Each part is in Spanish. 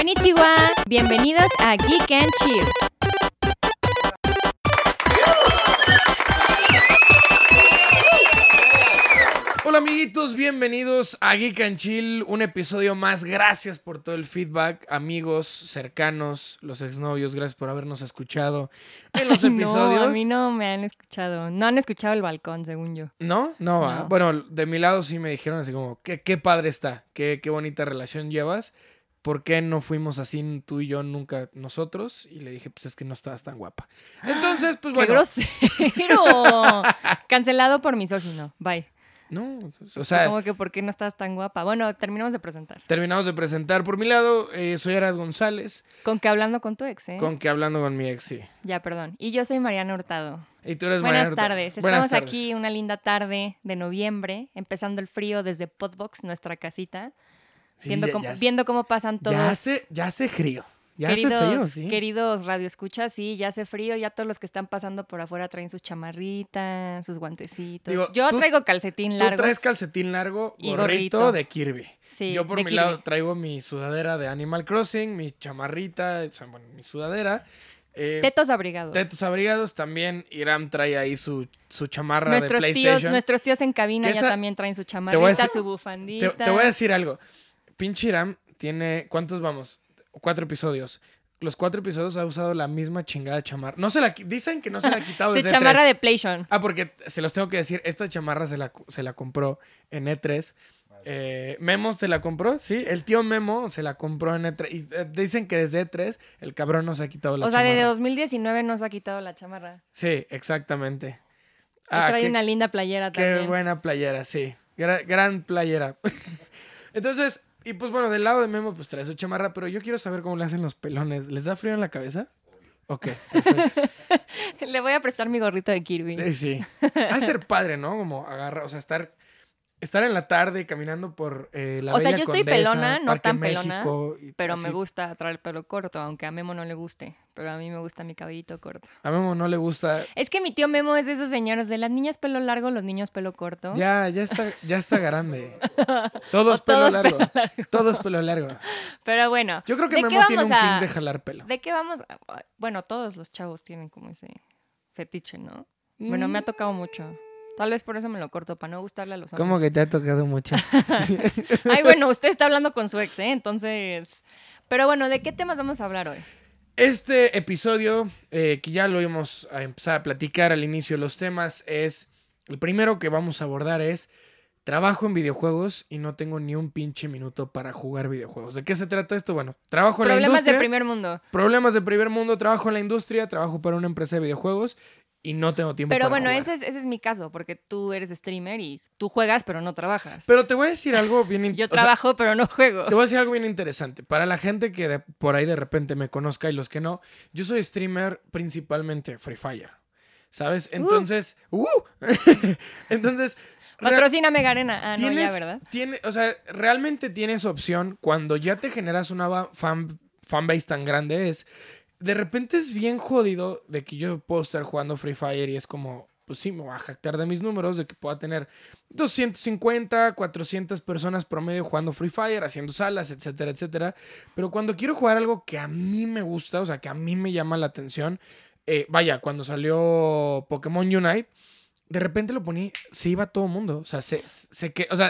Konnichiwa, bienvenidos a Geek and Chill. Hola amiguitos, bienvenidos a Geek and Chill, un episodio más. Gracias por todo el feedback, amigos, cercanos, los exnovios, gracias por habernos escuchado en los episodios. No, a mí no me han escuchado. No han escuchado El Balcón, según yo. ¿No? No. Bueno, de mi lado sí me dijeron así como, qué padre está, qué bonita relación llevas. ¿Por qué no fuimos así tú y yo nunca nosotros? Y le dije, pues es que no estabas tan guapa. Entonces, pues bueno. ¡Qué grosero! Cancelado por misógino. Bye. No, o sea... Como que ¿por qué no estás tan guapa? Bueno, terminamos de presentar. Terminamos de presentar. Por mi lado, soy Arad González. Con que hablando con tu ex, ¿eh? Con que hablando con mi ex, sí. Ya, perdón. Y yo soy Mariana Hurtado. Y tú eres Buenas Mariana tardes. Buenas Estamos tardes. aquí una linda tarde de noviembre, empezando el frío desde Podbox, nuestra casita. Sí, viendo cómo pasan todos. Ya hace frío. Ya hace frío, sí. Queridos radioescuchas, sí, ya hace frío. Ya todos los que están pasando por afuera traen sus chamarritas, sus guantecitos. Digo, yo traigo calcetín largo. Tú traes calcetín largo, y gorrito de Kirby. Sí, yo por de mi Kirby. lado traigo mi sudadera de Animal Crossing, mi chamarrita, o sea, bueno, mi sudadera. Tetos abrigados. Tetos abrigados. También Iram trae ahí su chamarra de PlayStation. Nuestros tíos en cabina ya también traen su chamarrita, su bufandita. Te voy a decir algo. Pinche Iram tiene... ¿Cuántos vamos? 4 episodios. Los 4 episodios ha usado la misma chingada chamarra. Dicen que no se la ha quitado desde chamarra E3. de PlayStation. Porque se los tengo que decir. Esta chamarra se la compró en E3. Memo se la compró, sí. El tío Memo se la compró en E3. Y dicen que desde E3 el cabrón no se ha quitado la chamarra. O sea, desde 2019 no se ha quitado la chamarra. Sí, exactamente. Trae una linda playera también. Qué buena playera, sí. Gran playera. Entonces... Y pues bueno, del lado de Memo pues trae su chamarra, pero yo quiero saber cómo le hacen los pelones. ¿Les da frío en la cabeza? Ok, perfecto. Le voy a prestar mi gorrito de Kirby. Sí. Ha de ser padre, ¿no? Como agarrar, o sea, estar en la tarde caminando por la O sea, Bella yo estoy Condesa, pelona, no Parque tan México, pelona, pero así. me gusta traer el pelo corto, aunque a Memo no le guste. Pero a mí me gusta mi cabellito corto. A Memo no le gusta. Es que mi tío Memo es de esos señores de las niñas pelo largo, los niños pelo corto. Ya está grande. Todo es pelo largo. Todo es pelo largo. Pero bueno. Yo creo que Memo tiene un fin de jalar pelo. ¿De qué vamos? Bueno, todos los chavos tienen como ese fetiche, ¿no? Bueno, me ha tocado mucho. Tal vez por eso me lo corto, para no gustarle a los hombres. ¿Cómo que te ha tocado mucho? Ay, bueno, usted está hablando con su ex, ¿eh? Entonces... Pero bueno, ¿de qué temas vamos a hablar hoy? Este episodio, que ya lo íbamos a empezar a platicar al inicio, los temas es... El primero que vamos a abordar es... Trabajo en videojuegos y no tengo ni un pinche minuto para jugar videojuegos. ¿De qué se trata esto? Bueno, trabajo en la industria. Problemas de primer mundo. Problemas de primer mundo, trabajo en la industria, trabajo para una empresa de videojuegos y no tengo tiempo para jugar. Pero bueno, ese es mi caso, porque tú eres streamer y tú juegas, pero no trabajas. Pero te voy a decir algo bien... Yo trabajo, pero no juego. Te voy a decir algo bien interesante. Para la gente que por ahí de repente me conozca y los que no, yo soy streamer principalmente Free Fire, ¿sabes? Entonces... Entonces... Patrocíname, Garena. No, ya, ¿verdad? O sea, realmente tienes opción cuando ya te generas una fanbase tan grande. De repente es bien jodido de que yo puedo estar jugando Free Fire y es como, pues sí, me voy a jactar de mis números, de que pueda tener 250, 400 personas promedio jugando Free Fire, haciendo salas, etcétera, etcétera. Pero cuando quiero jugar algo que a mí me gusta, o sea, que a mí me llama la atención, cuando salió Pokémon Unite, de repente lo poní, se iba todo el mundo. O sea, se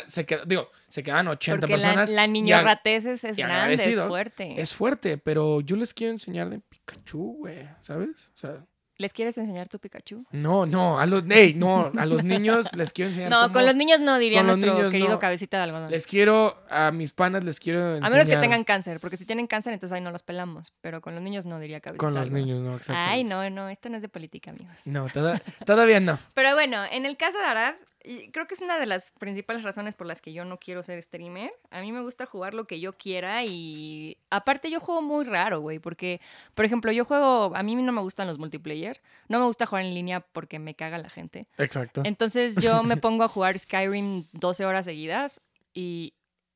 quedaban 80 porque personas. La niñorratez es grande, es fuerte. Es fuerte, pero yo les quiero enseñar de Pikachu, güey, ¿sabes? O sea... ¿Les quieres enseñar tu Pikachu? No, a los niños les quiero enseñar. No, con los niños no, diría nuestro querido no. Cabecita de Algodón. A mis panas les quiero enseñar. A menos que tengan cáncer, porque si tienen cáncer, entonces ahí no los pelamos. Pero con los niños no, diría Cabecita Con de los Algodón. niños no, exactamente. Ay, no, esto no es de política, amigos. No, todavía no. Pero bueno, en el caso de Arad, y creo que es una de las principales razones por las que yo no quiero ser streamer. A mí me gusta jugar lo que yo quiera y aparte yo juego muy raro, güey, porque, por ejemplo, a mí no me gustan los multiplayer, no me gusta jugar en línea porque me caga la gente. Exacto. Entonces yo me pongo a jugar Skyrim 12 horas seguidas y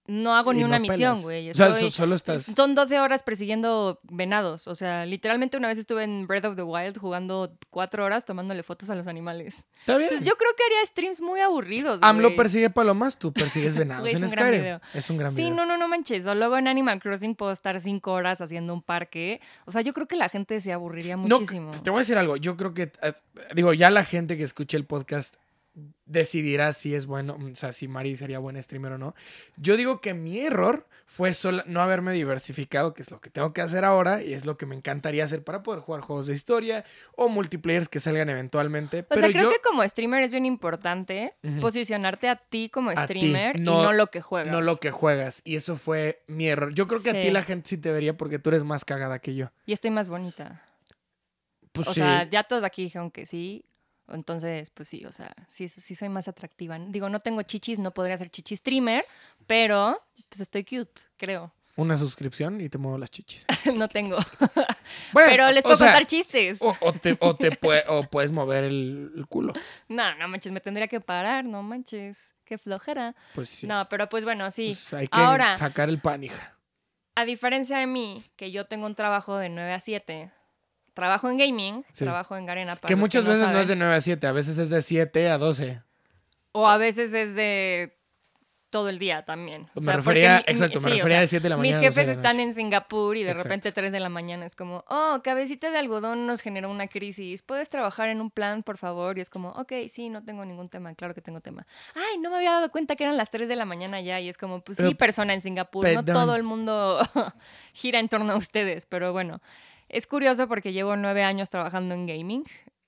no hago ni Y una no misión, pelas. güey. O sea, solo estás... Son 12 horas persiguiendo venados. O sea, literalmente una vez estuve en Breath of the Wild jugando 4 horas tomándole fotos a los animales. Está bien. Entonces yo creo que haría streams muy aburridos, AMLO güey. persigue palomas, tú persigues venados Güey, es en un gran Skyrim. video. Es un gran Sí, video. no manches. O luego en Animal Crossing puedo estar 5 horas haciendo un parque. O sea, yo creo que la gente se aburriría muchísimo. No, te voy a decir algo. Yo creo que, digo, ya la gente que escuche el podcast decidirá si es bueno, o sea, si Mari sería buen streamer o no. Yo digo que mi error fue solo no haberme diversificado, que es lo que tengo que hacer ahora y es lo que me encantaría hacer para poder jugar juegos de historia o multiplayers que salgan eventualmente. O sea, creo que como streamer es bien importante posicionarte a ti como streamer y no lo que juegas. No lo que juegas. Y eso fue mi error. Yo creo que a ti la gente sí te vería porque tú eres más cagada que yo. Y estoy más bonita. Pues o sea, ya todos aquí dijeron que sí. Entonces, pues sí, o sea, sí soy más atractiva. Digo, no tengo chichis, no podría ser chichi streamer, pero pues estoy cute, creo. Una suscripción y te muevo las chichis. No tengo. Bueno, pero les puedo contar chistes. O puedes mover el culo. No manches, me tendría que parar, no manches. Qué flojera. Pues sí. No, pero pues bueno, sí. Pues hay que sacar el pan, hija. A diferencia de mí, que yo tengo un trabajo de 9 a 7... Trabajo en gaming, trabajo en Garena. Que muchas veces no es de 9 a 7, a veces es de 7 a 12. O a veces es de todo el día también. Me refería de 7 de la mañana. Mis jefes están en Singapur y de repente 3 de la mañana es como, cabecita de algodón nos generó una crisis. ¿Puedes trabajar en un plan, por favor? Y es como, ok, sí, no tengo ningún tema. Claro que tengo tema. Ay, no me había dado cuenta que eran las 3 de la mañana ya. Y es como, pues sí, persona en Singapur. Perdón. No todo el mundo gira en torno a ustedes, pero bueno. Es curioso porque llevo 9 años trabajando en gaming.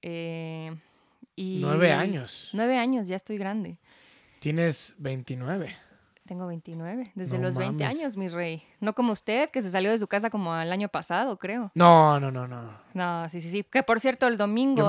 Y 9 años. 9 años, ya estoy grande. Tienes 29. Tengo 29, desde los 20 años, mi rey. No como usted, que se salió de su casa como el año pasado, creo. No. No, sí. Que por cierto, el domingo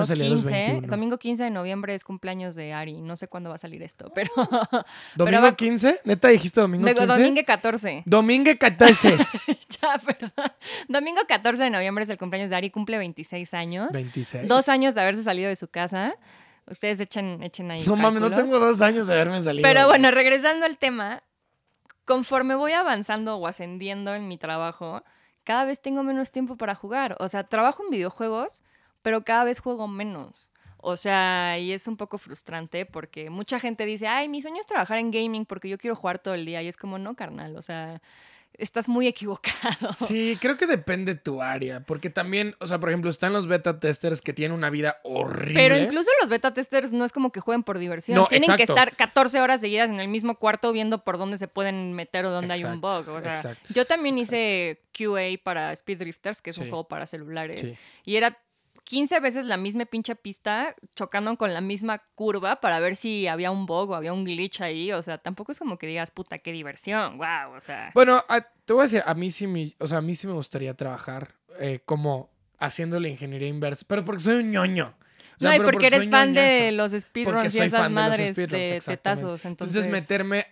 15 de noviembre es cumpleaños de Ari. No sé cuándo va a salir esto, pero... ¿Domingo 15? ¿Neta dijiste domingo 15? Domingo 14. Domingo 14. Ya, perdón. Domingo 14 de noviembre es el cumpleaños de Ari. Cumple 26 años. 26. 2 años de haberse salido de su casa. Ustedes echen ahí No mames, no tengo 2 años de haberme salido. Pero bueno, regresando al tema... Conforme voy avanzando o ascendiendo en mi trabajo, cada vez tengo menos tiempo para jugar. O sea, trabajo en videojuegos, pero cada vez juego menos. O sea, y es un poco frustrante porque mucha gente dice, ay, mi sueño es trabajar en gaming porque yo quiero jugar todo el día. Y es como, no, carnal, o sea... Estás muy equivocado. Sí, creo que depende de tu área. Porque también, o sea, por ejemplo, están los beta testers que tienen una vida horrible. Pero incluso los beta testers no es como que jueguen por diversión. No, tienen que estar 14 horas seguidas en el mismo cuarto viendo por dónde se pueden meter o dónde hay un bug. O sea, yo también hice QA para Speed Drifters, que es un juego para celulares. Sí. Y era 15 veces la misma pinche pista chocando con la misma curva para ver si había un bug o había un glitch ahí. O sea, tampoco es como que digas, puta, qué diversión. Wow, o sea. Bueno, te voy a decir, a mí sí me gustaría trabajar como haciendo la ingeniería inversa, pero porque soy un ñoño. O sea, no, y porque eres fan de los speedruns y esas madres de tetazos. Entonces meterme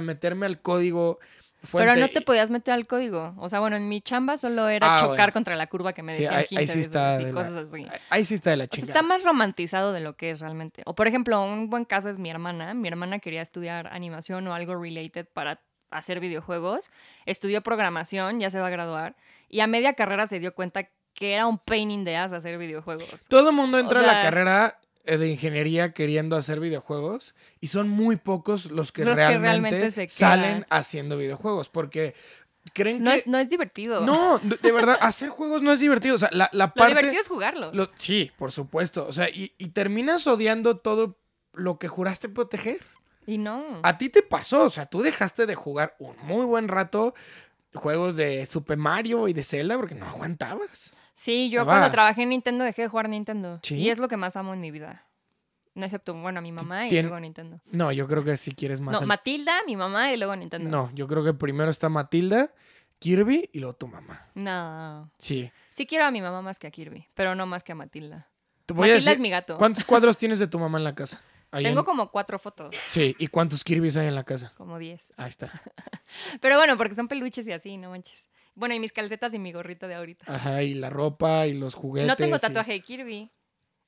al código... Pero no te podías meter al código. O sea, bueno, en mi chamba solo era chocar contra la curva que me decían 15 veces y cosas así. Ahí sí está de la chingada. O sea, está más romantizado de lo que es realmente. O, por ejemplo, un buen caso es mi hermana. Mi hermana quería estudiar animación o algo related para hacer videojuegos. Estudió programación, ya se va a graduar. Y a media carrera se dio cuenta que era un pain in the ass hacer videojuegos. Todo el mundo entra a la carrera de ingeniería queriendo hacer videojuegos y son muy pocos los que realmente salen haciendo videojuegos porque creen que... No es divertido. No, de verdad, hacer juegos no es divertido. O sea, la parte... Lo divertido es jugarlos. Sí, por supuesto. O sea, y terminas odiando todo lo que juraste proteger. Y no. A ti te pasó, o sea, tú dejaste de jugar un muy buen rato juegos de Super Mario y de Zelda porque no aguantabas. Sí, yo cuando trabajé en Nintendo dejé de jugar Nintendo. ¿Sí? Y es lo que más amo en mi vida. No excepto, bueno, a mi mamá y luego Nintendo. No, yo creo que si quieres más... No, Matilda, mi mamá y luego Nintendo. No, yo creo que primero está Matilda, Kirby y luego tu mamá. No. Sí. Sí quiero a mi mamá más que a Kirby, pero no más que a Matilda. Matilda es mi gato. ¿Cuántos cuadros tienes de tu mamá en la casa? Tengo como 4 fotos. Sí, ¿y cuántos Kirby's hay en la casa? Como 10. Ahí está. Pero bueno, porque son peluches y así, no manches. Bueno, y mis calcetas y mi gorrito de ahorita. Ajá, y la ropa y los juguetes. No tengo tatuaje de Kirby.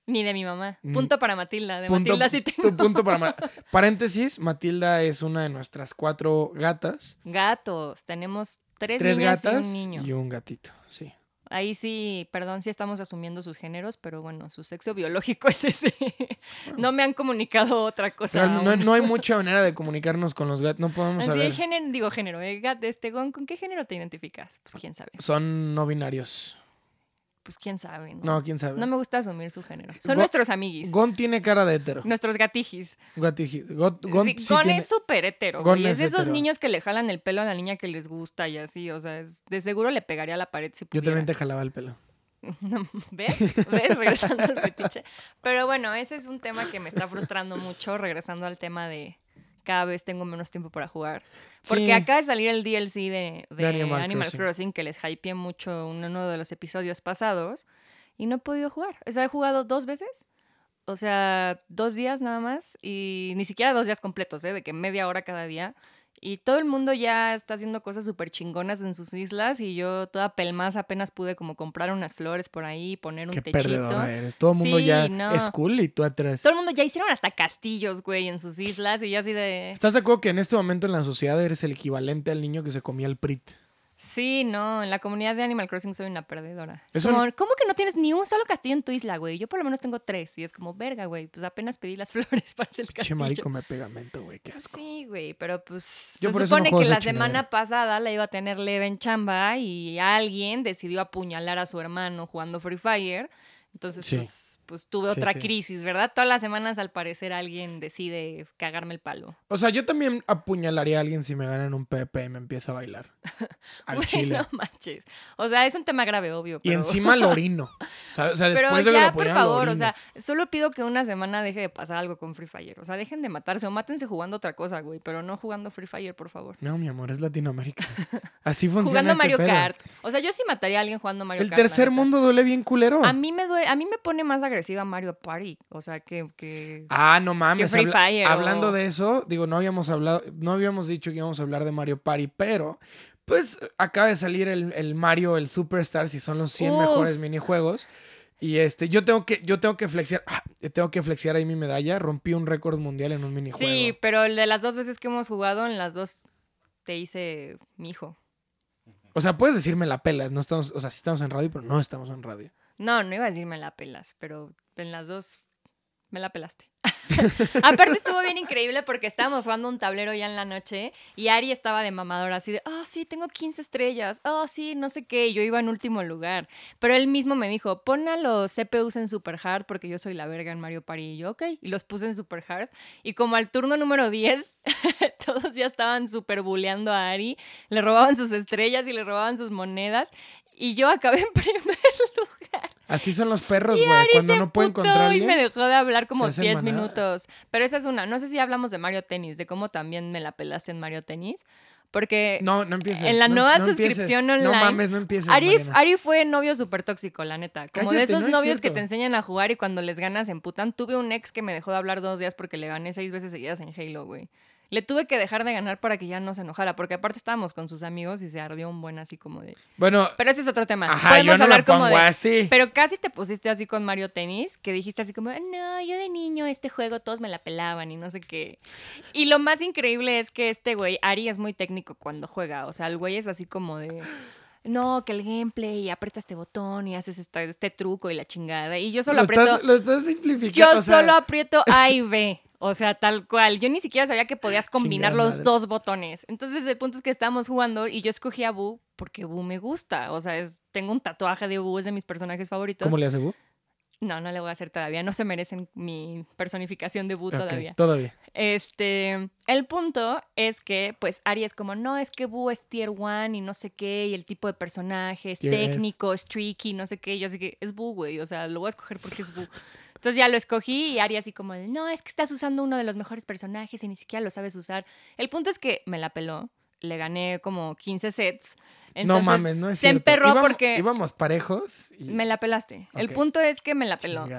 Ni de mi mamá. Punto para Matilda. De Punto, Matilda sí tengo. punto para Paréntesis, Matilda es una de nuestras 4 gatas. Gatos. Tenemos 3 3 niñas gatas y un niño. y un gatito, sí. Ahí sí, perdón si estamos asumiendo sus géneros, pero bueno, su sexo biológico es ese. No me han comunicado otra cosa. Pero no hay mucha manera de comunicarnos con los gatos, no podemos Así, saber. género. ¿Con qué género te identificas? Pues quién sabe. Son no binarios. Pues quién sabe, ¿no? No, quién sabe. No me gusta asumir su género. Son Gon- nuestros amiguis. Gon tiene cara de hetero. Nuestros gatijis. Gon Sí, sí Gon tiene... es súper hetero, Gon güey. es Es de esos hetero. niños que le jalan el pelo a la niña que les gusta y así. O sea, de seguro le pegaría a la pared si Yo pudiera. también te jalaba el pelo. ¿Ves? Regresando al fetiche. Pero bueno, ese es un tema que me está frustrando mucho, regresando al tema de cada vez tengo menos tiempo para jugar. Porque Sí. acaba de salir el DLC de Animal Animal Crossing. Crossing, que les hypeé mucho en uno de los episodios pasados, y no he podido jugar. O sea, he jugado 2 veces. O sea, 2 días nada más, y ni siquiera 2 días completos, de que media hora cada día. Y todo el mundo ya está haciendo cosas súper chingonas en sus islas y yo toda pelmaz apenas pude como comprar unas flores por ahí, poner un Qué techito. perdedora eres. Todo el mundo Sí, ya no. es cool y tú atrás. Todo el mundo ya hicieron hasta castillos, güey, en sus islas y yo así de... ¿Estás de acuerdo que en este momento en la sociedad eres el equivalente al niño que se comía el Prit? Sí, no, en la comunidad de Animal Crossing soy una perdedora. Es Eso como, ¿cómo que no tienes ni un solo castillo en tu isla, güey? Yo por lo menos tengo 3 y es como, verga, güey, pues apenas pedí las flores para hacer el Che castillo. marico come pegamento, güey, qué Pues asco. sí, güey, pero pues Yo se por eso no supone juego que esa la semana chingadera. pasada la iba a tener leve en chamba y alguien decidió apuñalar a su hermano jugando Free Fire. Entonces, Sí. pues tuve Sí, otra sí. crisis, ¿verdad? Todas las semanas al parecer alguien decide cagarme el palo. O sea, yo también apuñalaría a alguien si me gana en un PvP y me empieza a bailar. Al Güey, chile. no manches. O sea, es un tema grave, obvio. Y Pero... encima lo orino. O sea, Pero después de que lo ya, por apuñalan, lo favor, o orino. sea, solo pido que una semana deje de pasar algo con Free Fire. O sea, dejen de matarse o mátense jugando otra cosa, güey, pero no jugando Free Fire, por favor. No, mi amor, es Latinoamérica. Así funciona Jugando este Mario pedo. Kart. O sea, yo sí mataría a alguien jugando Mario El Kart. la tercer neta. mundo duele bien culero. A mí me pone más agresiva Mario Party. O sea, que... Ah, no mames. Free Fire hablando o- de eso, digo, no habíamos dicho que íbamos a hablar de Mario Party, pero pues acaba de salir el Mario, el Superstars, y son los 100 Uf. mejores minijuegos. Y yo tengo que flexear, tengo que flexear ahí mi medalla. Rompí un récord mundial en un minijuego. Sí, pero el de las 2 veces que hemos jugado, en las 2 te hice mi hijo. O sea, puedes decirme la pelas, no estamos, o sea, sí estamos en radio, pero no estamos en radio. No iba a decir me la pelas, pero en las 2 me la pelaste. Aparte estuvo bien increíble porque estábamos jugando un tablero ya en la noche y Ari estaba de mamadora así de, sí, tengo 15 estrellas, sí, no sé qué, y yo iba en último lugar. Pero él mismo me dijo, pon a los CPUs en super hard porque yo soy la verga en Mario Party. Y yo, ok, y los puse en super hard. Y como al turno número 10, todos ya estaban super bulleando a Ari, le robaban sus estrellas y le robaban sus monedas. Y yo acabé en primer lugar. Así son los perros, güey. Cuando no pueden Emputó encontrar a y me alguien. dejó de hablar como se hacen 10 manada. minutos. Pero esa es una. No sé si hablamos de Mario Tennis, de cómo también me la pelaste en Mario Tennis. Porque No empieces. en la no- nueva no empieces. suscripción online, No mames, no empieces. Ari, Mariana. Ari fue novio súper tóxico, la neta. Como de Cállate, esos no es novios que cierto. te enseñan a jugar y cuando les ganas se emputan. Tuve un ex que me dejó de hablar 2 días porque le gané 6 veces seguidas en Halo, güey. Le tuve que dejar de ganar para que ya no se enojara, porque aparte estábamos con sus amigos y se ardió un buen así como de... Bueno, Pero ese es otro tema. ajá, Podemos yo no hablar la como pongo de... así. Pero casi te pusiste así con Mario Tennis, que dijiste así como, no, yo de niño este juego todos me la pelaban y no sé qué. Y lo más increíble es que este güey, Ari, es muy técnico cuando juega. O sea, el güey es así como de... No, que el gameplay, y aprieta este botón y haces este truco y la chingada. Y yo solo aprieto... Lo estás simplificando. Yo o sea, solo aprieto A y B. O sea, tal cual. Yo ni siquiera sabía que podías combinar Chingada los madre. 2 botones. Entonces, el punto es que estábamos jugando y yo escogí a Boo porque Boo me gusta. O sea, tengo un tatuaje de Boo, es de mis personajes favoritos. ¿Cómo le hace Boo? No le voy a hacer todavía. No se merecen mi personificación de Boo Ok, todavía. Todavía. El punto es que, pues, Ari es como, no, es que Boo es tier 1 y no sé qué, y el tipo de personaje es Tier S. técnico, es tricky, no sé qué. Y yo así que es Boo, güey. O sea, lo voy a escoger porque es Boo. Entonces ya lo escogí y Ari así como, no, es que estás usando uno de los mejores personajes y ni siquiera lo sabes usar. El punto es que me la peló. Le gané como 15 sets. Entonces, no mames, no es se cierto. emperró porque Íbamos parejos. Y... me la pelaste. El Ok. punto es que me la peló. Chingada madre.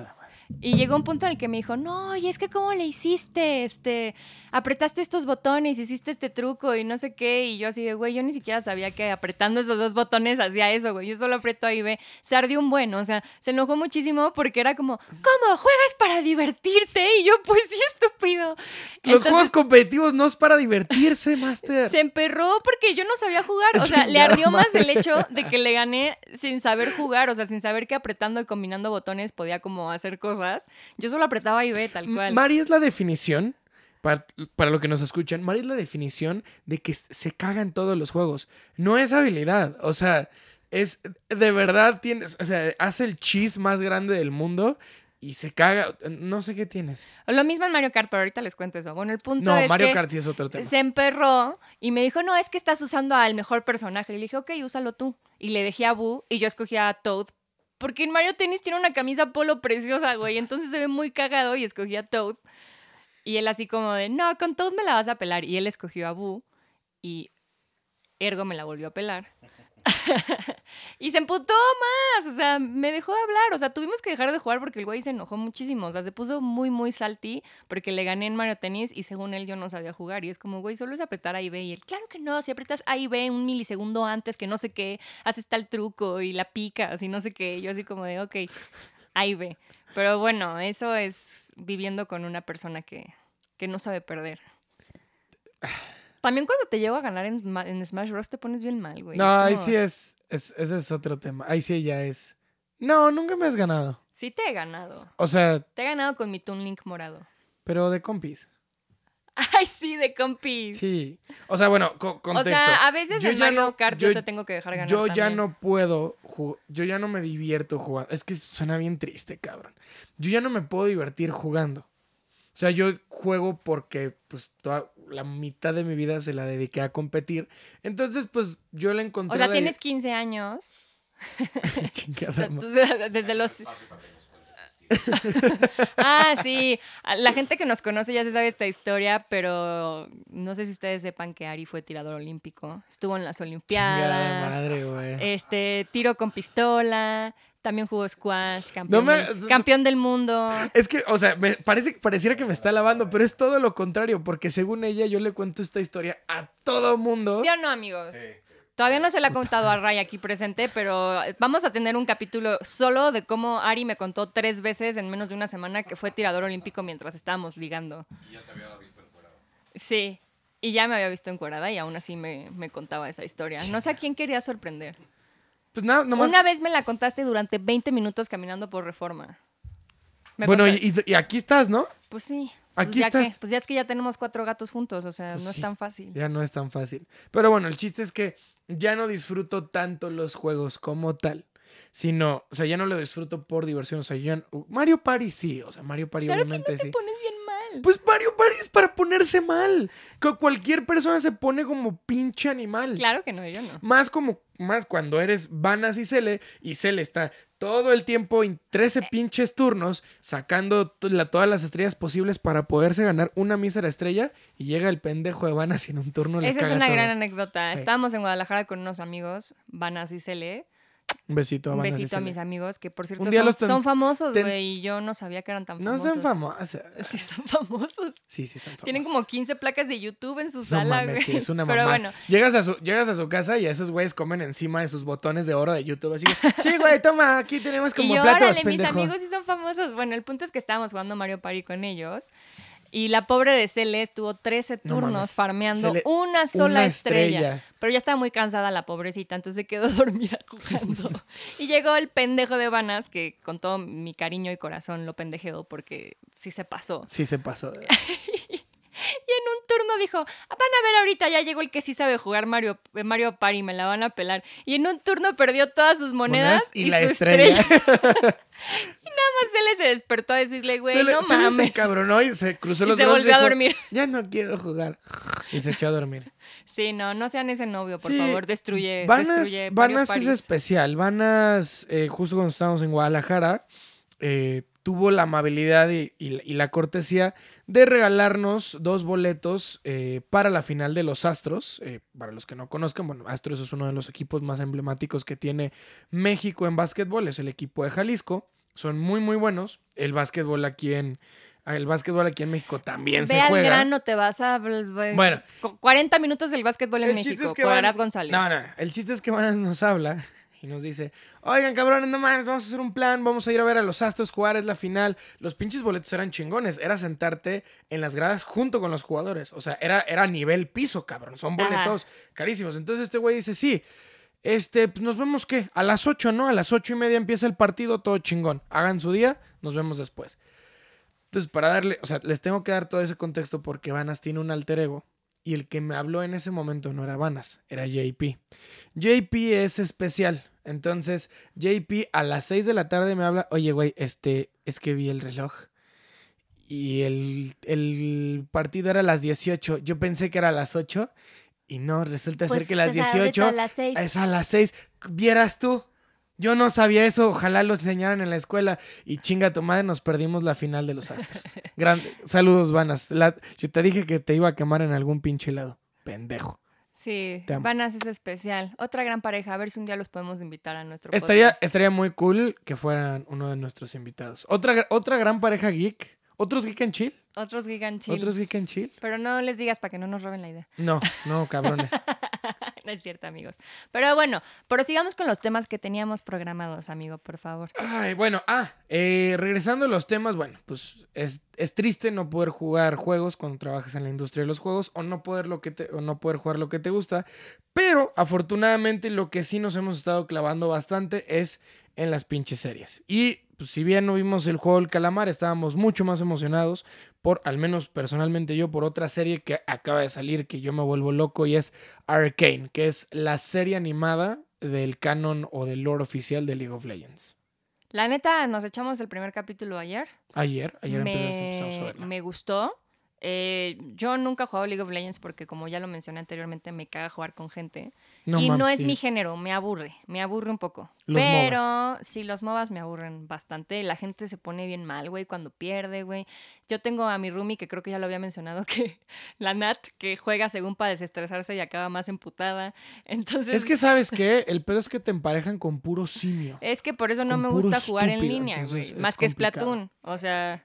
Y llegó un punto en el que me dijo, no, y es que ¿cómo le hiciste? Apretaste estos botones, hiciste este truco y no sé qué. Y yo así de, güey, yo ni siquiera sabía que apretando esos 2 botones hacía eso, güey. Yo solo aprieto A y B. Se ardió un buen, o sea, se enojó muchísimo porque era como, ¿cómo? ¿Juegas para divertirte? Y yo, pues sí, estúpido. Los juegos competitivos no es para divertirse, Master. Se emperró porque yo no sabía jugar. O sea, le Chingada ardió más madre. el hecho de que le gané sin saber jugar. O sea, sin saber que apretando y combinando botones podía como hacer cosas. Yo solo apretaba y ve, tal cual. Mari es la definición, para lo que nos escuchan, Mari es la definición de que se cagan todos los juegos. No es habilidad, o sea, es de verdad tienes, o sea, hace el cheese más grande del mundo y se caga. No sé qué tienes. Lo mismo en Mario Kart, pero ahorita les cuento eso. Bueno, el punto No, es Mario que Kart sí es otro tema. se emperró y me dijo, no, es que estás usando al mejor personaje. Y le dije, ok, úsalo tú. Y le dejé a Boo y yo escogí a Toad. Porque en Mario Tennis tiene una camisa polo preciosa, güey. Entonces se ve muy cagado y escogí a Toad. Y él así como de, no, con Toad me la vas a pelar. Y él escogió a Boo y ergo me la volvió a pelar. Y se emputó más, o sea, me dejó de hablar, o sea, tuvimos que dejar de jugar porque el güey se enojó muchísimo, o sea, se puso muy, muy salty porque le gané en Mario Tennis y según él yo no sabía jugar y es como, güey, solo es apretar A y B y él, claro que no, si apretas A y B un milisegundo antes que no sé qué, haces tal truco y la picas y no sé qué, yo así como de, ok, A y B, pero bueno, eso es viviendo con una persona que no sabe perder. También cuando te llevo a ganar en Smash Bros. Te pones bien mal, güey. No, Es ahí como, sí ese es otro tema. Ahí sí ya es. No, nunca me has ganado. sí te he ganado. O sea, Te he ganado con mi Toon Link morado. pero de compis. Ay, sí, de compis. Sí. O sea, bueno, contexto. O sea, a veces Yo en ya Mario no- Kart yo te tengo que dejar ganar Yo ya también. no puedo, yo ya no me divierto jugando. Es que suena bien triste, cabrón. Yo ya no me puedo divertir jugando. O sea, yo juego porque pues toda la mitad de mi vida se la dediqué a competir. Entonces, pues yo le encontré O sea, la- tienes 15 años. Chingada O sea, madre. tú desde los... Ah, sí. La gente que nos conoce ya se sabe esta historia, pero no sé si ustedes sepan que Ari fue tirador olímpico. Estuvo en las Chingada Olimpiadas. madre, güey. Tiro con pistola. También jugó squash, No me- campeón del mundo. Es que, o sea, pareciera que me está lavando, pero es todo lo contrario, porque según ella yo le cuento esta historia a todo mundo. ¿Sí o no, amigos? Todavía no se le ha contado a Ray aquí presente, pero vamos a tener un capítulo solo de cómo Ari me contó 3 veces en menos de una semana que fue tirador olímpico mientras estábamos ligando. Y ya te había visto encuerado. Sí, y ya me había visto encuerada y aún así me contaba esa historia. No sé a quién quería sorprender. Pues nada, nomás. Una vez me la contaste durante 20 minutos caminando por Reforma. Bueno, contaste- y aquí estás, ¿no? Pues sí. Aquí pues ya estás. Pues ya es que ya tenemos 4 gatos juntos, o sea, Pues no sí. es tan fácil. Ya no es tan fácil. Pero bueno, el chiste es que ya no disfruto tanto los juegos como tal. Sino, o sea, ya no lo disfruto por diversión. O sea, Mario Party sí. O sea, Mario Party Claro que obviamente no te sí. pones bien mal. Pues Mario Party es para ponerse mal. Cualquier persona se pone como pinche animal. Claro que no, yo no. Más cuando eres Vanas y Cele está todo el tiempo en 13 pinches turnos sacando todas las estrellas posibles para poderse ganar una mísera estrella y llega el pendejo de Vanas y en un turno le Esa es caga una todo. gran anécdota. Sí. Estábamos en Guadalajara con unos amigos, Vanas y Cele. Un besito a Un Vanas y besito a Cele. mis amigos, que por cierto Un día son, los son famosos, ten- güey, y yo no sabía que eran tan No famosos. son famosos. Sí, son famosos. Sí, son famosos. Tienen como 15 placas de YouTube en su No sala, mames, güey. sí, es una Pero mamá. bueno, Llegas a su casa y esos güeyes comen encima de sus botones de oro de YouTube. Así que, sí, güey, toma, aquí tenemos como y yo, platos, órale, mis pendejo. amigos sí son famosos. Bueno, el punto es que estábamos jugando Mario Party con ellos. Y la pobre de Cele estuvo 13 No turnos mames. farmeando Cele, una sola una estrella. estrella. Pero ya estaba muy cansada la pobrecita, entonces se quedó dormida jugando. Y llegó el pendejo de Vanas, que con todo mi cariño y corazón lo pendejeo porque sí se pasó. Sí se pasó. Y en un turno dijo, van a ver ahorita, ya llegó el que sí sabe jugar Mario Party, me la van a pelar. Y en un turno perdió todas sus monedas y la su estrella. Nada más se despertó a decirle, güey, no Se le mames. encabronó y se cruzó Y los se brazos. volvió a dijo, dormir. Ya no quiero jugar. Y se echó a dormir. Sí, no sean ese novio, por Sí, favor, destruye Vanas Mario es Party. especial. Vanas, justo cuando estábamos en Guadalajara, tuvo la amabilidad y la cortesía de regalarnos 2 boletos para la final de los Astros. Para los que no conozcan, bueno, Astros es uno de los equipos más emblemáticos que tiene México en básquetbol. Es el equipo de Jalisco. Son muy, muy buenos. El básquetbol aquí en México también se Ve al juega. grano, te vas a... Bueno. 40 minutos del básquetbol en El chiste México, es que por Van- Arad González. No. El chiste es que Vanas nos habla y nos dice, oigan, cabrones, no mames, vamos a hacer un plan, vamos a ir a ver a los Astros jugar, es la final. Los pinches boletos eran chingones, era sentarte en las gradas junto con los jugadores. O sea, era nivel piso, cabrón, son boletos carísimos. Entonces este güey dice, sí, pues nos vemos, ¿qué? A las 8, ¿no? A las 8:30 empieza el partido, todo chingón. Hagan su día, nos vemos después. Entonces, para darle, o sea, les tengo que dar todo ese contexto porque Vanas tiene un alter ego. Y el que me habló en ese momento no era Vanas, era JP. JP es especial. Entonces, JP a las 6 de la tarde me habla, oye, güey, es que vi el reloj. Y el partido era a las 18. Yo pensé que era a las 8. Y no, resulta ser que las 18 es a las 6. ¿Vieras tú? Yo no sabía eso, ojalá lo enseñaran en la escuela. Y chinga tu madre, nos perdimos la final de los Astros. Saludos, Vanas. Yo te dije que te iba a quemar en algún pinche lado. Pendejo. Sí, Vanas es especial. Otra gran pareja, a ver si un día los podemos invitar a nuestro podcast. Estaría muy cool que fueran uno de nuestros invitados. Otra gran pareja geek. ¿Otros geek and chill? Otros geek and chill. ¿Otros geek and chill? Pero no les digas para que no nos roben la idea. No, cabrones. No es cierto, amigos. Pero bueno, prosigamos con los temas que teníamos programados, amigo, por favor. Ay, bueno, regresando a los temas, bueno, pues es triste no poder jugar juegos cuando trabajas en la industria de los juegos o no poder jugar lo que te gusta, pero afortunadamente lo que sí nos hemos estado clavando bastante es en las pinches series. Y pues, si bien no vimos el juego del calamar, estábamos mucho más emocionados al menos personalmente yo, por otra serie que acaba de salir, que yo me vuelvo loco, y es Arcane, que es la serie animada del canon o del lore oficial de League of Legends. La neta, nos echamos el primer capítulo ayer. Ayer empezamos a verla. Me gustó. Yo nunca he jugado League of Legends porque, como ya lo mencioné anteriormente, me caga jugar con gente. No es mi género, me aburre un poco. Sí, los MOBAs me aburren bastante. La gente se pone bien mal, güey, cuando pierde, güey. Yo tengo a mi roomie, que creo que ya lo había mencionado, que la Nat, que juega según para desestresarse y acaba más emputada. Entonces... Es que, ¿sabes qué? El pedo es que te emparejan con puro simio. Es que por eso no me gusta jugar en línea, güey. Más que Splatoon, o sea...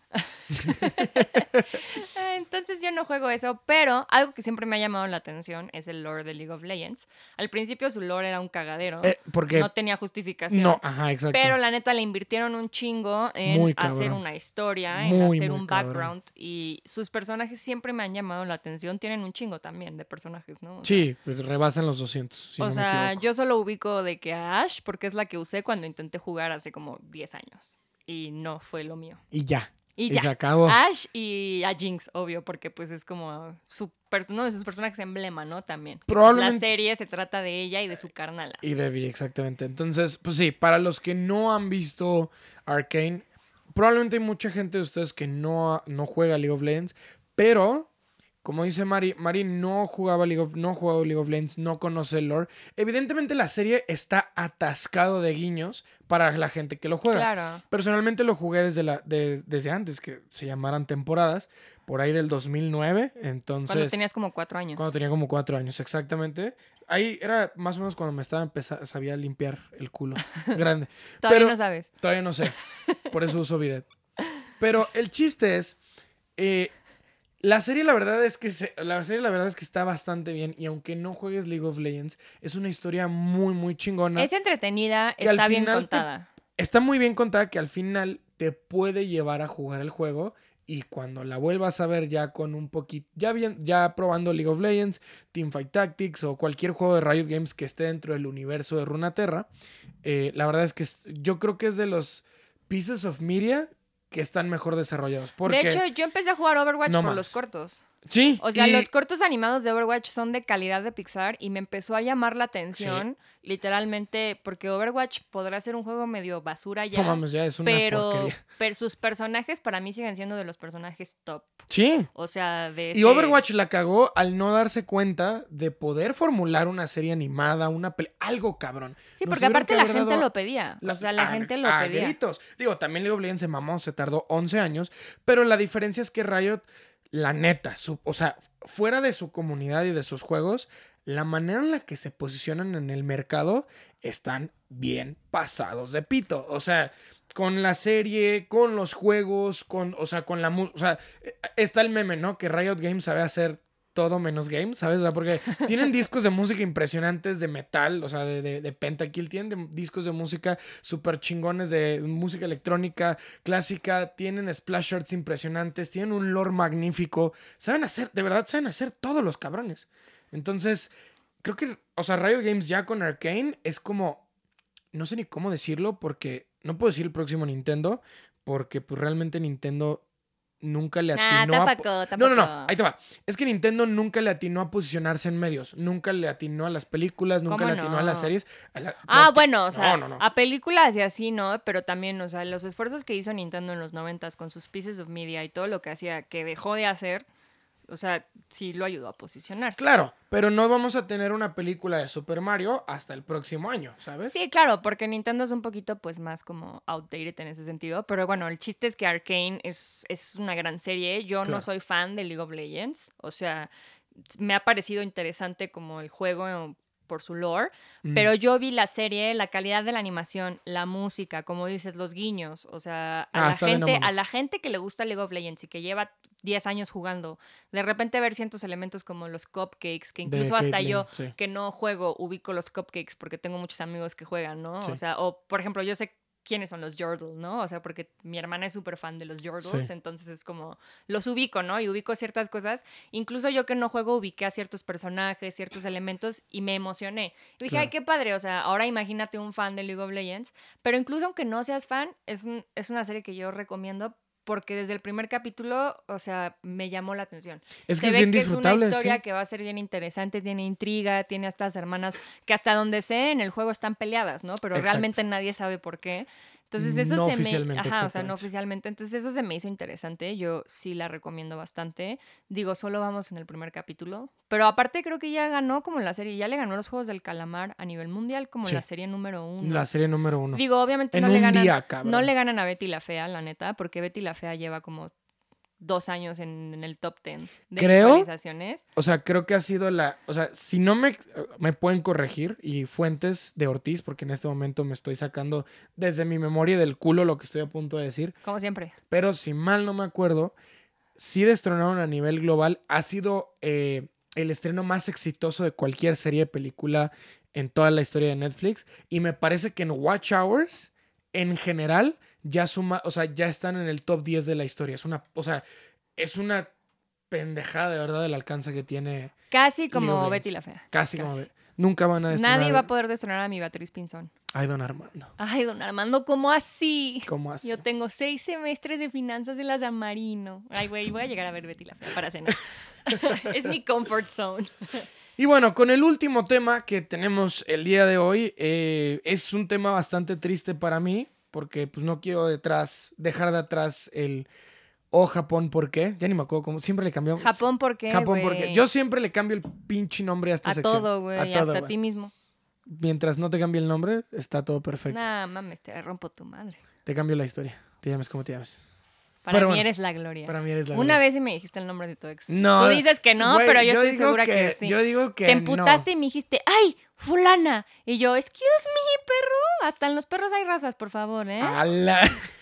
Entonces yo no juego eso, pero algo que siempre me ha llamado la atención es el lore de League of Legends. Al principio su lore era un cagadero, porque no tenía justificación. No, ajá, exacto. Pero la neta le invirtieron un chingo en hacer una historia, en hacer un background, y sus personajes siempre me han llamado la atención. Tienen un chingo también de personajes, ¿no? Sí, rebasan los 200. O sea, yo solo ubico de que a Ashe, porque es la que usé cuando intenté jugar hace como 10 años. Y no fue lo mío. Y ya. Y ya. Se acabó. Ashe y a Jinx, obvio, porque pues es como uno de sus personajes emblema, ¿no? También. Probablemente... La serie se trata de ella y de su carnala. Y de Vi, exactamente. Entonces, pues sí, para los que no han visto Arcane, probablemente hay mucha gente de ustedes que no juega League of Legends, pero... Como dice Mari no jugaba League of Legends, no conoce el lore. Evidentemente la serie está atascado de guiños para la gente que lo juega. Claro. Personalmente lo jugué desde antes que se llamaran temporadas, por ahí del 2009. Entonces, cuando tenías como 4 años. Cuando tenía como 4 años, exactamente. Ahí era más o menos cuando me sabía limpiar el culo grande. Todavía no sabes. Todavía no sé. Por eso uso bidet. Pero el chiste es... La serie la verdad es que está bastante bien, y aunque no juegues League of Legends, es una historia muy, muy chingona. Es entretenida, está bien contada. Está muy bien contada, que al final te puede llevar a jugar el juego, y cuando la vuelvas a ver ya con un poquito, ya probando League of Legends, Teamfight Tactics o cualquier juego de Riot Games que esté dentro del universo de Runeterra, la verdad es que yo creo que es de los pieces of media que están mejor desarrollados. Porque... De hecho, yo empecé a jugar Overwatch por los cortos. Sí. O sea, los cortos animados de Overwatch son de calidad de Pixar, y me empezó a llamar la atención, literalmente, porque Overwatch podrá ser un juego medio basura ya. No mames, ya es una porquería. Pero sus personajes para mí siguen siendo de los personajes top. Sí. O sea, Y Overwatch la cagó al no darse cuenta de poder formular una serie animada, algo cabrón. Sí, porque aparte la gente lo pedía. O sea, la gente lo pedía. Gritos. Digo, también League of Legends se mamó, se tardó 11 años, pero la diferencia es que Riot... La neta, o sea, fuera de su comunidad y de sus juegos, la manera en la que se posicionan en el mercado están bien pasados de pito. O sea, con la serie, con los juegos, o sea, con la música. O sea, está el meme, ¿no? Que Riot Games sabe hacer todo menos games, ¿sabes? O sea, porque tienen discos de música impresionantes de metal, o sea, de Pentakill. Tienen discos de música súper chingones de música electrónica, clásica. Tienen splash arts impresionantes. Tienen un lore magnífico. Saben hacer, de verdad, saben hacer todos los cabrones. Entonces, creo que, o sea, Riot Games ya con Arcane es como, no sé ni cómo decirlo, porque no puedo decir el próximo Nintendo, porque pues realmente Nintendo nunca le atinó tampoco. No, ahí te va. Es que Nintendo nunca le atinó a posicionarse en medios. Nunca le atinó a las películas, nunca ¿Cómo le atinó a las no? series. Bueno, o sea, No. a películas y así, ¿no? Pero también, o sea, los esfuerzos que hizo Nintendo en los 90s con sus pieces of media y todo lo que hacía, que dejó de hacer, o sea, sí lo ayudó a posicionarse. Claro, pero no vamos a tener una película de Super Mario hasta el próximo año, ¿sabes? Sí, claro, porque Nintendo es un poquito, pues, más como outdated en ese sentido. Pero bueno, el chiste es que Arcane es una gran serie. Yo Claro. no soy fan de League of Legends. O sea, me ha parecido interesante como el juego por su lore. Pero yo vi la serie, la calidad de la animación, la música, como dices, los guiños. O sea, está de no a mames. la gente que le gusta League of Legends y que lleva 10 años jugando, de repente ver ciertos elementos como los cupcakes, que De incluso hasta Caitlyn, yo sí. que no juego, ubico los cupcakes porque tengo muchos amigos que juegan, ¿no? Sí. O sea, o por ejemplo, yo sé quiénes son los Yordle, ¿no? O sea, porque mi hermana es súper fan de los Yordles, Sí. entonces es como, los ubico, ¿no? Y ubico ciertas cosas. Incluso yo que no juego, ubiqué a ciertos personajes, ciertos elementos y me emocioné. Y dije, Claro. ay, qué padre, o sea, ahora imagínate un fan de League of Legends, pero incluso aunque no seas fan, es una serie que yo recomiendo porque desde el primer capítulo, o sea, me llamó la atención. Es que Se es ve bien que es una disfrutable, historia sí. que va a ser bien interesante, tiene intriga, tiene a estas hermanas que hasta donde sé en el juego están peleadas, ¿no? Pero Exacto. realmente nadie sabe por qué. Entonces eso No se oficialmente, me... Ajá, o sea, no exactamente. oficialmente. Entonces eso se me hizo interesante. Yo sí la recomiendo bastante. Digo, solo vamos en el primer capítulo. Pero aparte creo que ya ganó como la serie, ya le ganó los Juegos del Calamar a nivel mundial como Sí. la serie número 1. La serie número 1. Digo, obviamente En no le un ganan, día, cabrón. no le ganan a Betty la Fea, la neta, porque Betty la Fea lleva como 2 años en el top 10 de Creo- visualizaciones. O sea, creo que ha sido la... O sea, si no me pueden corregir, y fuentes de Ortiz, porque en este momento me estoy sacando desde mi memoria del culo lo que estoy a punto de decir, Como siempre. pero si mal no me acuerdo, sí destronaron a nivel global. Ha sido el estreno más exitoso de cualquier serie de película en toda la historia de Netflix, y me parece que en Watch Hours, en general, ya ya están en el top 10 de la historia. Es una pendejada de verdad el alcance que tiene. Casi League of como Legends. Betty la Fea. Casi como nunca van a destronar. Nadie va a poder destronar a mi Beatriz Pinzón. Ay, don Armando. Ay, don Armando, ¿cómo así? ¿Cómo así? Yo tengo 6 semestres de finanzas en la San Marino. Ay, güey, voy a llegar a ver Betty la Fea para cenar. Es mi comfort zone. Y bueno, con el último tema que tenemos el día de hoy, es un tema bastante triste para mí, porque pues no quiero dejar de atrás el Japón, ¿por qué? Ya ni me acuerdo cómo, siempre le cambió. Japón, ¿por qué, Japón, ¿por güey? qué? Yo siempre le cambio el pinche nombre a esta A sección. todo, güey, todo, hasta a güey. ti mismo. Mientras no te cambie el nombre, está todo perfecto. Nah, mames, te rompo tu madre. Te cambio la historia. Te llames como te llames. Para Pero mí bueno, eres la gloria. Para mí eres la Una gloria. vez sí me dijiste el nombre de tu ex. No. Tú dices que no, Güey, pero yo estoy digo segura que sí. Yo digo que Te emputaste y me dijiste, ¡ay, fulana! Y yo, excuse me, perro. Hasta en los perros hay razas, por favor, ¿eh? no. ¡Ala!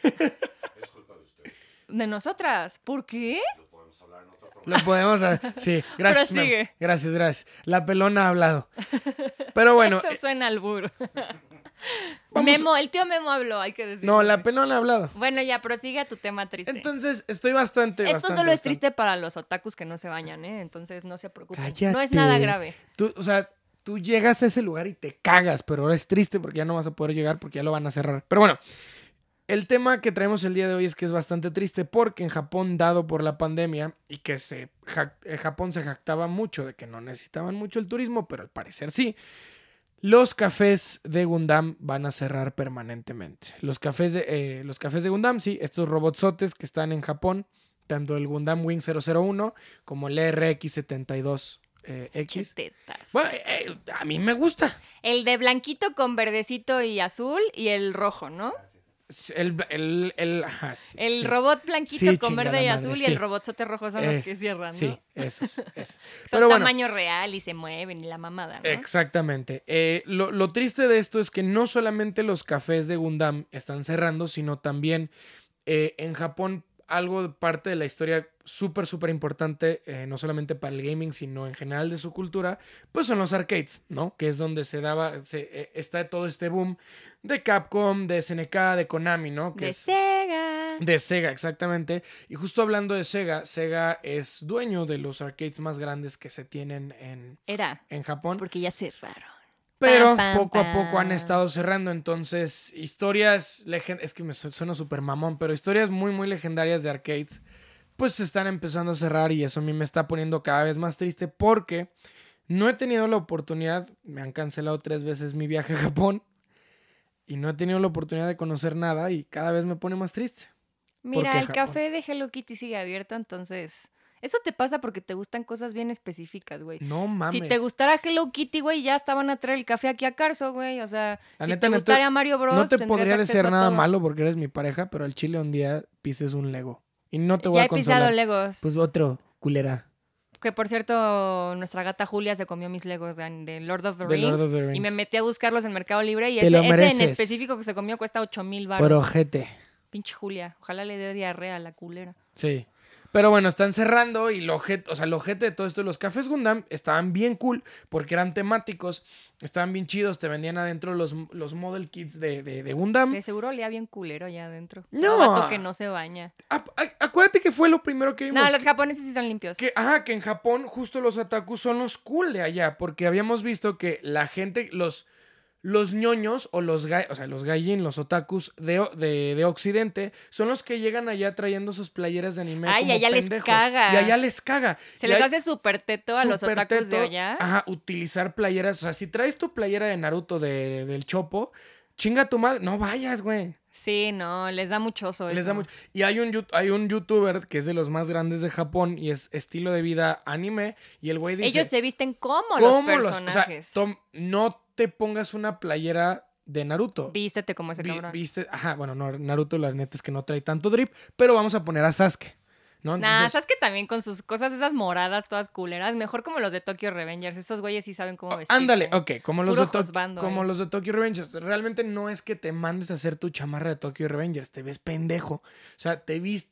De nosotras. ¿Por qué? Lo podemos hacer. Sí, gracias. Memo. Prosigue. Gracias. La pelona ha hablado. Pero bueno. Eso suena al burro. Vamos- Memo, el tío Memo habló, hay que decirlo. No, la pelona ha hablado. Bueno, ya, prosigue a tu tema triste. Entonces, estoy bastante. Esto bastante, solo es bastante- triste para los otakus que no se bañan, ¿eh? Entonces no se preocupen. Cállate. No es nada grave. O sea, tú llegas a ese lugar y te cagas, pero ahora es triste porque ya no vas a poder llegar porque ya lo van a cerrar. Pero bueno, el tema que traemos el día de hoy es que es bastante triste porque en Japón, dado por la pandemia, y que Japón se jactaba mucho de que no necesitaban mucho el turismo, pero al parecer sí, los cafés de Gundam van a cerrar permanentemente. Los cafés de Gundam, sí, estos robotsotes que están en Japón, tanto el Gundam Wing 001 como el RX-72 X. Tetas. Bueno, a mí me gusta. El de blanquito con verdecito y azul y el rojo, ¿no? Ajá, sí, El sí. robot blanquito Sí, con verde chingada y madre, azul y sí. el robotzote rojo son los que cierran, ¿no? Sí, esos. Son Pero bueno, tamaño real y se mueven y la mamada, ¿no? exactamente. Lo triste de esto es que no solamente los cafés de Gundam están cerrando, sino también en Japón algo parte de la historia súper, súper importante, no solamente para el gaming, sino en general de su cultura, pues son los arcades, ¿no? Que es donde está todo este boom de Capcom, de SNK, de Konami, ¿no? Que De es Sega. de Sega, exactamente. Y justo hablando de Sega, Sega es dueño de los arcades más grandes que se tienen Era, en Japón. porque ya cerraron. Pero Pam, pam, poco a poco han pam. estado cerrando, entonces historias, es que me suena súper mamón, pero historias muy, muy legendarias de arcades, pues se están empezando a cerrar y eso a mí me está poniendo cada vez más triste porque no he tenido la oportunidad, me han cancelado 3 veces mi viaje a Japón y no he tenido la oportunidad de conocer nada y cada vez me pone más triste. Mira, qué el Japón? café de Hello Kitty sigue abierto, entonces... Eso te pasa porque te gustan cosas bien específicas, güey. No mames. Si te gustara Hello Kitty, güey, ya estaban a traer el café aquí a Carso, güey. O sea, La si neta, te gustaría Mario Bros, no te tendrías podría acceso decir a nada todo. malo porque eres mi pareja, pero al chile un día pises un Lego. Y no te voy Ya a he pisado consolar. Legos. Pues otro, culera. Que por cierto, nuestra gata Julia se comió mis Legos de Lord of the De Rings. Lord of the Y me Rings. metí a buscarlos en Mercado Libre. Y Te lo ese en mereces. específico que se comió cuesta 8,000 Por baros. ojete. Pinche Julia. Ojalá le dé diarrea a la culera. Sí. Pero bueno, están cerrando y lo ojete de todo esto, los cafés Gundam estaban bien cool porque eran temáticos, estaban bien chidos, te vendían adentro los model kits de Gundam. De seguro olía bien culero allá adentro. No. Vato que no se baña. Acuérdate que fue lo primero que vimos. No, los japoneses sí son limpios. Que en Japón justo los otakus son los cool de allá, porque habíamos visto que la gente, los ñoños o los gaijin, los otakus de Occidente, son los que llegan allá trayendo sus playeras de anime Ay, como allá les pendejos. caga. Y allá les caga. Se Y les ahí- hace súper teto a los súper otakus de teto, allá. Ajá, utilizar playeras. O sea, si traes tu playera de Naruto del Chopo, chinga tu madre, no vayas, güey. Sí, no, les da mucho oso eso. Les da mucho. Y hay un youtuber que es de los más grandes de Japón y es estilo de vida anime. Y el güey dice: Ellos se visten como los personajes. no te pongas una playera de Naruto. Vístete como ese cabrón. Ajá, bueno, no, Naruto la neta es que no trae tanto drip, pero vamos a poner a Sasuke, ¿no? Nah, Entonces, sabes que también con sus cosas esas moradas todas culeras, mejor como los de Tokyo Revengers, esos güeyes sí saben cómo vestirse. ándale, ok, como los Puro de juzgando ahí. los de Tokyo Revengers. Realmente no es que te mandes a hacer tu chamarra de Tokyo Revengers, te ves pendejo. O sea,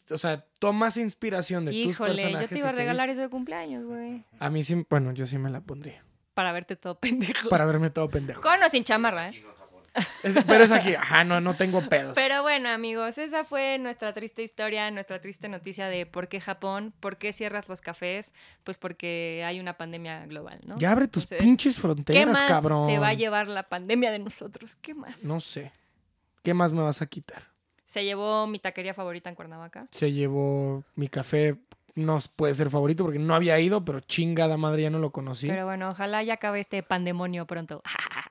tomas inspiración de tus Híjole, personajes. yo te iba a y regalar vistes. eso de cumpleaños, güey. A mí sí, bueno, yo sí me la pondría. Para verte todo pendejo. Para verme todo pendejo. Con o sin chamarra, ¿eh? Pero es aquí, ajá, no tengo pedos. Pero bueno, amigos, esa fue nuestra triste historia, nuestra triste noticia de por qué Japón, por qué cierras los cafés, pues porque hay una pandemia global, ¿no? Ya abre tus Entonces, pinches ¿qué fronteras, más cabrón. se va a llevar la pandemia de nosotros? ¿Qué más? No sé. ¿Qué más me vas a quitar? Se llevó mi taquería favorita en Cuernavaca. Se llevó mi café, no puede ser favorito porque no había ido, pero chingada madre ya no lo conocí. Pero bueno, ojalá ya acabe este pandemonio pronto.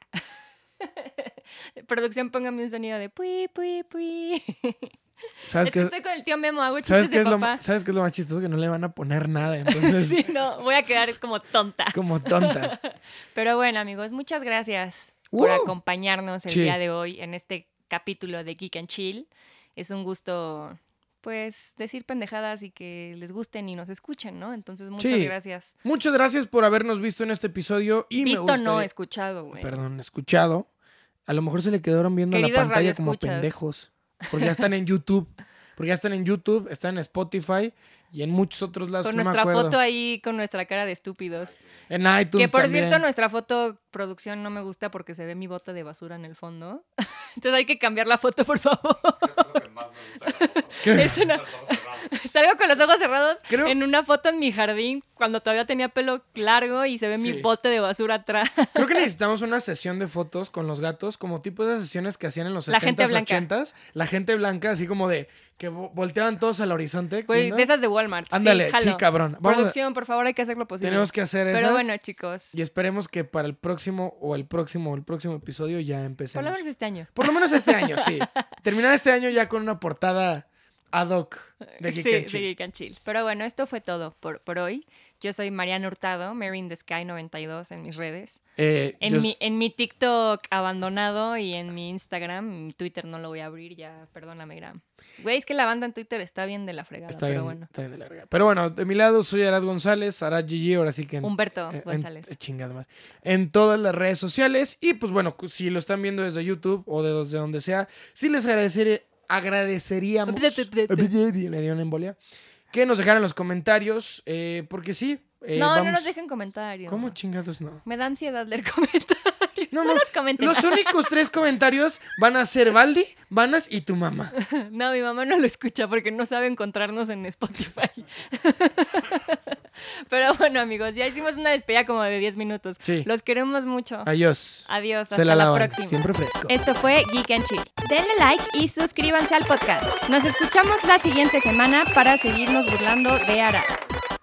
Producción, póngame un sonido de pui, pui, pui. ¿Sabes Es que estoy con el tío Memo, hago ¿Sabes chistes de papá. ¿Sabes qué es lo más chistoso? Que no le van a poner nada, entonces Sí, no, voy a quedar como tonta. como tonta. Pero bueno, amigos, muchas gracias por ¡Uh! acompañarnos el Sí. día de hoy en este capítulo de Geek and Chill. Es un gusto, pues, decir pendejadas y que les gusten y nos escuchen, ¿no? Entonces, muchas Sí. gracias. Muchas gracias por habernos visto en este episodio y me Visto gustaría, no, escuchado, güey. perdón, escuchado. A lo mejor se le quedaron viendo la Queridos pantalla como radioescuchas. pendejos. Porque ya están en YouTube. Están en Spotify y en muchos otros lados Con que no me nuestra acuerdo. foto ahí, con nuestra cara de estúpidos. En iTunes Que por también. cierto, nuestra foto producción no me gusta porque se ve mi bote de basura en el fondo. Entonces hay que cambiar la foto, por favor. Es lo que más me gusta de la foto. Es una- Los ojos cerrados. Salgo con los ojos cerrados Creo- en una foto en mi jardín cuando todavía tenía pelo largo y se ve Sí. mi bote de basura atrás. Creo que necesitamos una sesión de fotos con los gatos, como tipo de esas sesiones que hacían en los La gente 70s, blanca. 80s. La gente blanca, así como de que volteaban todos al horizonte. Güey, viendo. de esas de Walmart. Ándale, sí, jalo. cabrón. Vamos a- Producción, por favor, hay que hacer lo posible. tenemos que hacer esas. Pero bueno, chicos, Y esperemos que para el próximo episodio ya por empecemos. lo menos este año. Por lo menos este año, sí. Terminar este año ya con una portada ad hoc de Geek Sí, and Chill. de Geek and Chill. Pero bueno, esto fue todo por hoy. Yo soy Mariana Hurtado, Mary in the Sky 92 en mis redes. En mi TikTok abandonado y en mi Instagram, mi Twitter no lo voy a abrir, ya, perdóname, Gram. Güey, es que la banda en Twitter está bien de la fregada, Está pero bien, bueno. está bien de la verga. Pero bueno, de mi lado soy Arad González, Arad GG, ahora sí que... Humberto González. Chingada madre. En todas las redes sociales. Y pues bueno, si lo están viendo desde YouTube o desde donde sea, sí les agradeceríamos... Me dio una embolia. Que nos dejaran los comentarios, porque sí. No nos dejen comentarios. ¿Cómo chingados no? Me da ansiedad leer comentarios. No, los comenten. Los únicos 3 comentarios van a ser Valdi, Vanas y tu mamá. No, mi mamá no lo escucha porque no sabe encontrarnos en Spotify. Pero bueno, amigos, ya hicimos una despedida como de 10 minutos. Sí. Los queremos mucho. Adiós. Adiós, Se hasta la la lavan. próxima. Siempre fresco. Esto fue Geek and Chill. Denle like y suscríbanse al podcast. Nos escuchamos la siguiente semana para seguirnos burlando de Ara.